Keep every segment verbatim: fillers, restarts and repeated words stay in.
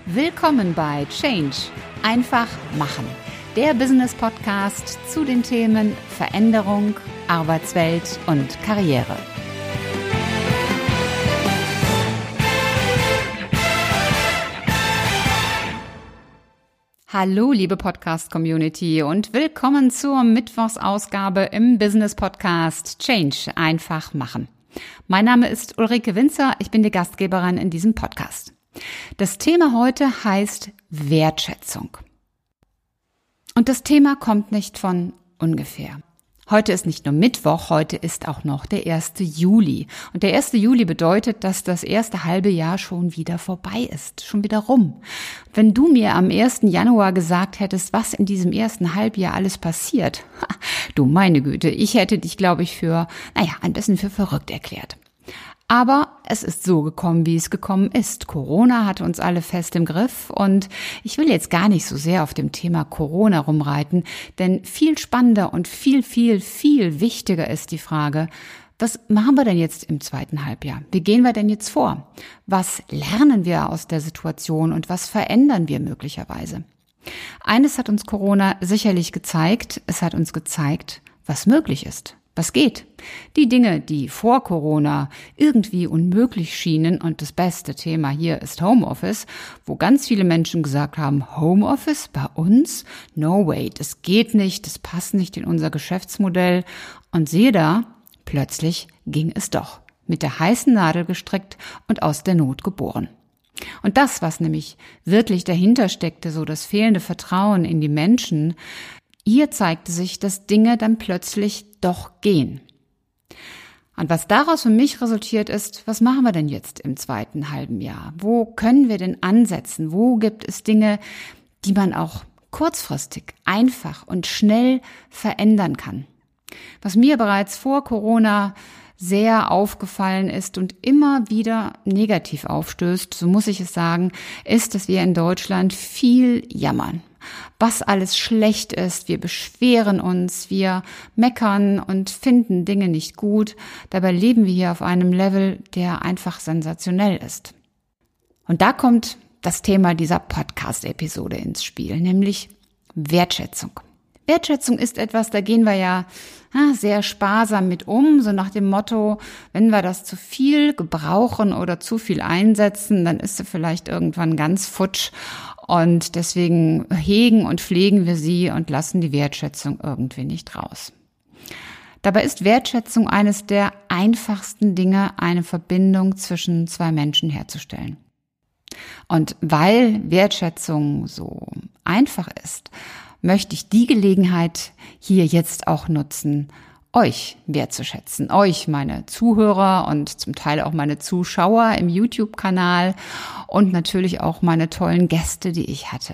Willkommen bei Change. Einfach machen. Der Business-Podcast zu den Themen Veränderung, Arbeitswelt und Karriere. Hallo, liebe Podcast-Community und willkommen zur Mittwochsausgabe im Business-Podcast Change. Einfach machen. Mein Name ist Ulrike Winzer, ich bin die Gastgeberin in diesem Podcast. Das Thema heute heißt Wertschätzung. Und das Thema kommt nicht von ungefähr. Heute ist nicht nur Mittwoch, heute ist auch noch der erste Juli. Und der erste Juli bedeutet, dass das erste halbe Jahr schon wieder vorbei ist, schon wieder rum. Wenn du mir am ersten Januar gesagt hättest, was in diesem ersten Halbjahr alles passiert, du meine Güte, ich hätte dich, glaube ich, für, naja, ein bisschen für verrückt erklärt. Aber es ist so gekommen, wie es gekommen ist. Corona hatte uns alle fest im Griff und ich will jetzt gar nicht so sehr auf dem Thema Corona rumreiten, denn viel spannender und viel, viel, viel wichtiger ist die Frage, was machen wir denn jetzt im zweiten Halbjahr? Wie gehen wir denn jetzt vor? Was lernen wir aus der Situation und was verändern wir möglicherweise? Eines hat uns Corona sicherlich gezeigt, es hat uns gezeigt, was möglich ist. Was geht? Die Dinge, die vor Corona irgendwie unmöglich schienen, und das beste Thema hier ist Homeoffice, wo ganz viele Menschen gesagt haben, Homeoffice bei uns? No way, das geht nicht, das passt nicht in unser Geschäftsmodell. Und siehe da, plötzlich ging es doch, mit der heißen Nadel gestrickt und aus der Not geboren. Und das, was nämlich wirklich dahinter steckte, so das fehlende Vertrauen in die Menschen, hier zeigte sich, dass Dinge dann plötzlich doch gehen. Und was daraus für mich resultiert ist, was machen wir denn jetzt im zweiten halben Jahr? Wo können wir denn ansetzen? Wo gibt es Dinge, die man auch kurzfristig, einfach und schnell verändern kann? Was mir bereits vor Corona sehr aufgefallen ist und immer wieder negativ aufstößt, so muss ich es sagen, ist, dass wir in Deutschland viel jammern. Was alles schlecht ist, wir beschweren uns, wir meckern und finden Dinge nicht gut. Dabei leben wir hier auf einem Level, der einfach sensationell ist. Und da kommt das Thema dieser Podcast-Episode ins Spiel, nämlich Wertschätzung. Wertschätzung ist etwas, da gehen wir ja sehr sparsam mit um, so nach dem Motto, wenn wir das zu viel gebrauchen oder zu viel einsetzen, dann ist sie vielleicht irgendwann ganz futsch und deswegen hegen und pflegen wir sie und lassen die Wertschätzung irgendwie nicht raus. Dabei ist Wertschätzung eines der einfachsten Dinge, eine Verbindung zwischen zwei Menschen herzustellen. Und weil Wertschätzung so einfach ist, möchte ich die Gelegenheit hier jetzt auch nutzen, euch wertzuschätzen, euch, meine Zuhörer und zum Teil auch meine Zuschauer im YouTube-Kanal und natürlich auch meine tollen Gäste, die ich hatte.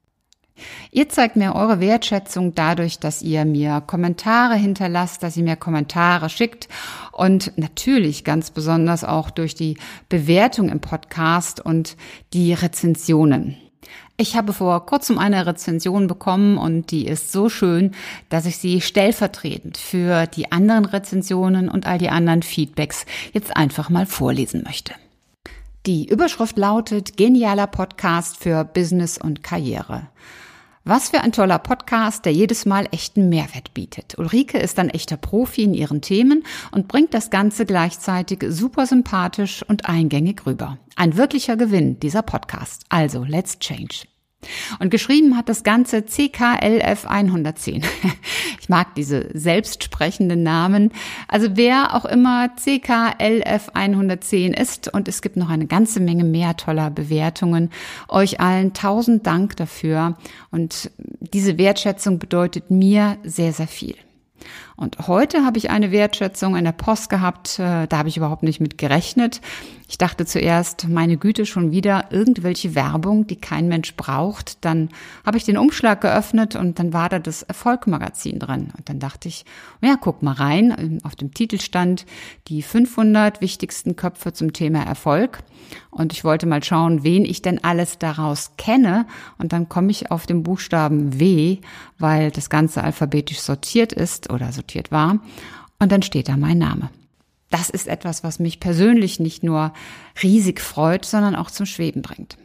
Ihr zeigt mir eure Wertschätzung dadurch, dass ihr mir Kommentare hinterlasst, dass ihr mir Kommentare schickt und natürlich ganz besonders auch durch die Bewertung im Podcast und die Rezensionen. Ich habe vor kurzem eine Rezension bekommen und die ist so schön, dass ich sie stellvertretend für die anderen Rezensionen und all die anderen Feedbacks jetzt einfach mal vorlesen möchte. Die Überschrift lautet: Genialer Podcast für Business und Karriere. Was für ein toller Podcast, der jedes Mal echten Mehrwert bietet. Ulrike ist ein echter Profi in ihren Themen und bringt das Ganze gleichzeitig super sympathisch und eingängig rüber. Ein wirklicher Gewinn, dieser Podcast. Also, let's change. Und geschrieben hat das Ganze C K L F hundertzehn. Ich mag diese selbstsprechenden Namen. Also wer auch immer C K L F hundertzehn ist, und es gibt noch eine ganze Menge mehr toller Bewertungen. Euch allen tausend Dank dafür. Und diese Wertschätzung bedeutet mir sehr, sehr viel. Und heute habe ich eine Wertschätzung in der Post gehabt, da habe ich überhaupt nicht mit gerechnet. Ich dachte zuerst, meine Güte, schon wieder irgendwelche Werbung, die kein Mensch braucht. Dann habe ich den Umschlag geöffnet und dann war da das Erfolg-Magazin drin. Und dann dachte ich, ja, guck mal rein. Auf dem Titel stand die fünfhundert wichtigsten Köpfe zum Thema Erfolg. Und ich wollte mal schauen, wen ich denn alles daraus kenne. Und dann komme ich auf den Buchstaben W, weil das Ganze alphabetisch sortiert ist oder sortiert war. Und dann steht da mein Name. Das ist etwas, was mich persönlich nicht nur riesig freut, sondern auch zum Schweben bringt.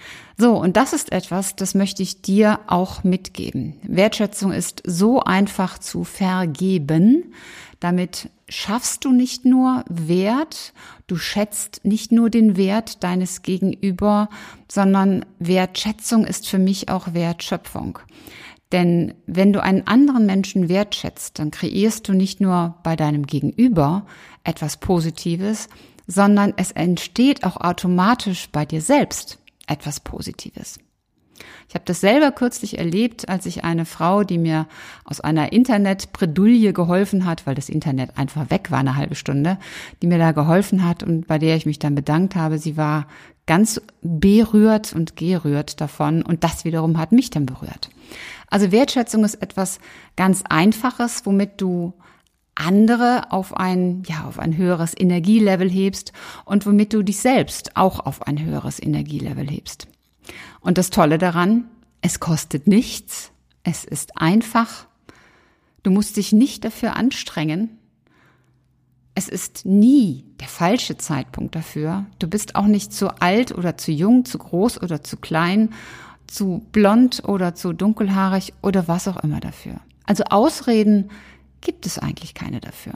So, und das ist etwas, das möchte ich dir auch mitgeben. Wertschätzung ist so einfach zu vergeben. Damit schaffst du nicht nur Wert, du schätzt nicht nur den Wert deines Gegenüber, sondern Wertschätzung ist für mich auch Wertschöpfung. Denn wenn du einen anderen Menschen wertschätzt, dann kreierst du nicht nur bei deinem Gegenüber etwas Positives, sondern es entsteht auch automatisch bei dir selbst etwas Positives. Ich habe das selber kürzlich erlebt, als ich eine Frau, die mir aus einer Internetbredouille geholfen hat, weil das Internet einfach weg war eine halbe Stunde, die mir da geholfen hat und bei der ich mich dann bedankt habe. Sie war ganz berührt und gerührt davon und das wiederum hat mich dann berührt. Also Wertschätzung ist etwas ganz Einfaches, womit du andere auf ein, ja, auf ein höheres Energielevel hebst und womit du dich selbst auch auf ein höheres Energielevel hebst. Und das Tolle daran, es kostet nichts, es ist einfach, du musst dich nicht dafür anstrengen, es ist nie der falsche Zeitpunkt dafür, du bist auch nicht zu alt oder zu jung, zu groß oder zu klein, zu blond oder zu dunkelhaarig oder was auch immer dafür. Also Ausreden gibt es eigentlich keine dafür.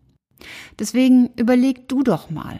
Deswegen überleg du doch mal,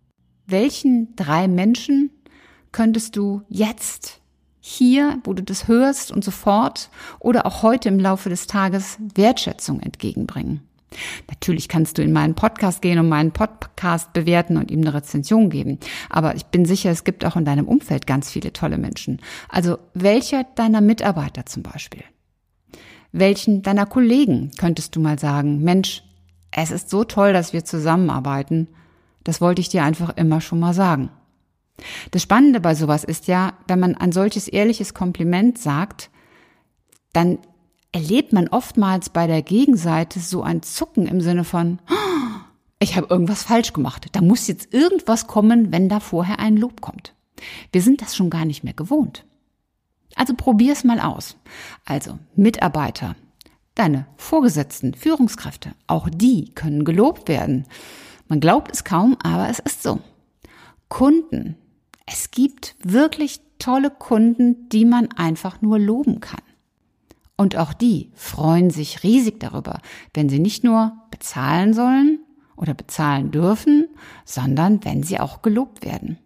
welchen drei Menschen könntest du jetzt, hier, wo du das hörst und sofort oder auch heute im Laufe des Tages Wertschätzung entgegenbringen. Natürlich kannst du in meinen Podcast gehen und meinen Podcast bewerten und ihm eine Rezension geben. Aber ich bin sicher, es gibt auch in deinem Umfeld ganz viele tolle Menschen. Also welcher deiner Mitarbeiter zum Beispiel? Welchen deiner Kollegen könntest du mal sagen, Mensch, es ist so toll, dass wir zusammenarbeiten. Das wollte ich dir einfach immer schon mal sagen. Das Spannende bei sowas ist ja, wenn man ein solches ehrliches Kompliment sagt, dann erlebt man oftmals bei der Gegenseite so ein Zucken im Sinne von, ich habe irgendwas falsch gemacht. Da muss jetzt irgendwas kommen, wenn da vorher ein Lob kommt. Wir sind das schon gar nicht mehr gewohnt. Also probier's mal aus. Also Mitarbeiter, deine Vorgesetzten, Führungskräfte, auch die können gelobt werden. Man glaubt es kaum, aber es ist so. Kunden, es gibt wirklich tolle Kunden, die man einfach nur loben kann. Und auch die freuen sich riesig darüber, wenn sie nicht nur bezahlen sollen oder bezahlen dürfen, sondern wenn sie auch gelobt werden.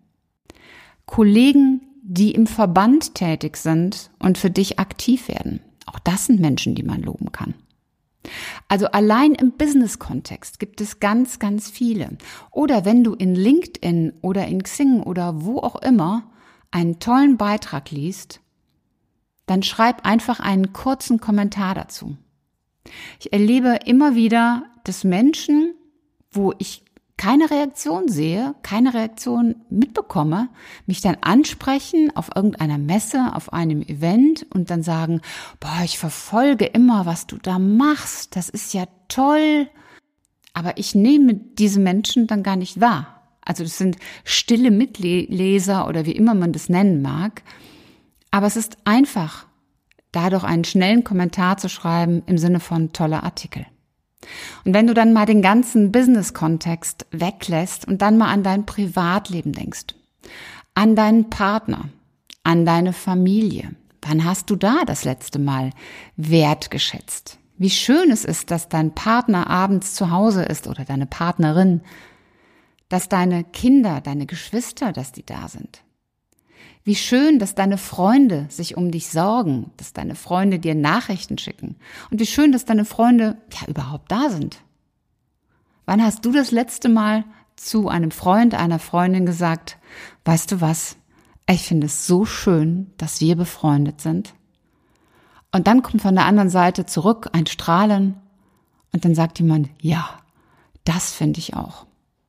Kollegen, die im Verband tätig sind und für dich aktiv werden, auch das sind Menschen, die man loben kann. Also allein im Business-Kontext gibt es ganz, ganz viele. Oder wenn du in LinkedIn oder in Xing oder wo auch immer einen tollen Beitrag liest, dann schreib einfach einen kurzen Kommentar dazu. Ich erlebe immer wieder, dass Menschen, wo ich keine Reaktion sehe, keine Reaktion mitbekomme, mich dann ansprechen auf irgendeiner Messe, auf einem Event und dann sagen, boah, ich verfolge immer, was du da machst, das ist ja toll. Aber ich nehme diese Menschen dann gar nicht wahr. Also das sind stille Mitleser oder wie immer man das nennen mag. Aber es ist einfach, da doch einen schnellen Kommentar zu schreiben im Sinne von toller Artikel. Und wenn du dann mal den ganzen Business-Kontext weglässt und dann mal an dein Privatleben denkst, an deinen Partner, an deine Familie, wann hast du da das letzte Mal wertgeschätzt? Wie schön es ist, dass dein Partner abends zu Hause ist oder deine Partnerin, dass deine Kinder, deine Geschwister, dass die da sind. Wie schön, dass deine Freunde sich um dich sorgen, dass deine Freunde dir Nachrichten schicken. Und wie schön, dass deine Freunde ja überhaupt da sind. Wann hast du das letzte Mal zu einem Freund, einer Freundin gesagt, weißt du was, ich finde es so schön, dass wir befreundet sind. Und dann kommt von der anderen Seite zurück ein Strahlen und dann sagt jemand, ja, das finde ich auch.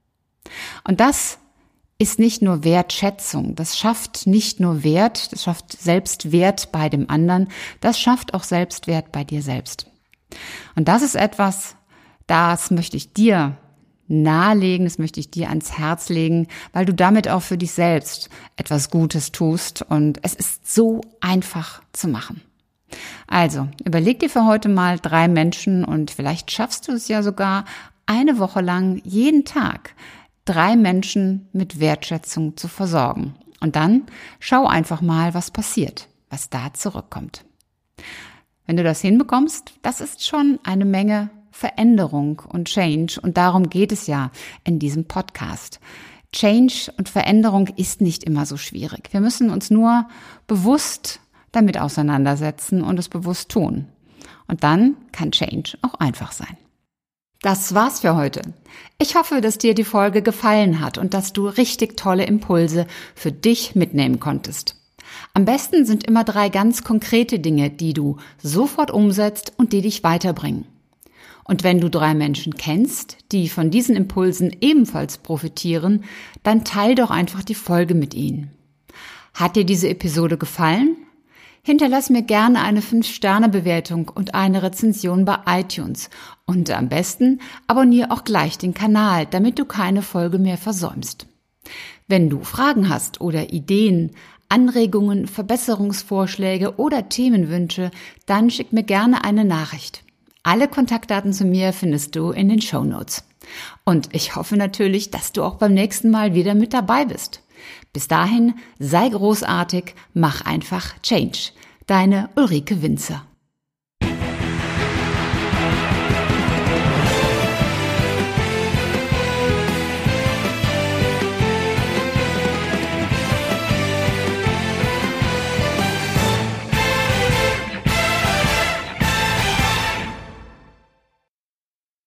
Und das ist nicht nur Wertschätzung, das schafft nicht nur Wert, das schafft Selbstwert bei dem anderen, das schafft auch Selbstwert bei dir selbst. Und das ist etwas, das möchte ich dir nahelegen, das möchte ich dir ans Herz legen, weil du damit auch für dich selbst etwas Gutes tust und es ist so einfach zu machen. Also, überleg dir für heute mal drei Menschen und vielleicht schaffst du es ja sogar eine Woche lang jeden Tag drei Menschen mit Wertschätzung zu versorgen. Und dann schau einfach mal, was passiert, was da zurückkommt. Wenn du das hinbekommst, das ist schon eine Menge Veränderung und Change. Und darum geht es ja in diesem Podcast. Change und Veränderung ist nicht immer so schwierig. Wir müssen uns nur bewusst damit auseinandersetzen und es bewusst tun. Und dann kann Change auch einfach sein. Das war's für heute. Ich hoffe, dass dir die Folge gefallen hat und dass du richtig tolle Impulse für dich mitnehmen konntest. Am besten sind immer drei ganz konkrete Dinge, die du sofort umsetzt und die dich weiterbringen. Und wenn du drei Menschen kennst, die von diesen Impulsen ebenfalls profitieren, dann teil doch einfach die Folge mit ihnen. Hat dir diese Episode gefallen? Hinterlass mir gerne eine fünf Sterne Bewertung und eine Rezension bei iTunes. Und am besten abonniere auch gleich den Kanal, damit du keine Folge mehr versäumst. Wenn du Fragen hast oder Ideen, Anregungen, Verbesserungsvorschläge oder Themenwünsche, dann schick mir gerne eine Nachricht. Alle Kontaktdaten zu mir findest du in den Shownotes. Und ich hoffe natürlich, dass du auch beim nächsten Mal wieder mit dabei bist. Bis dahin, sei großartig, mach einfach Change. Deine Ulrike Winzer.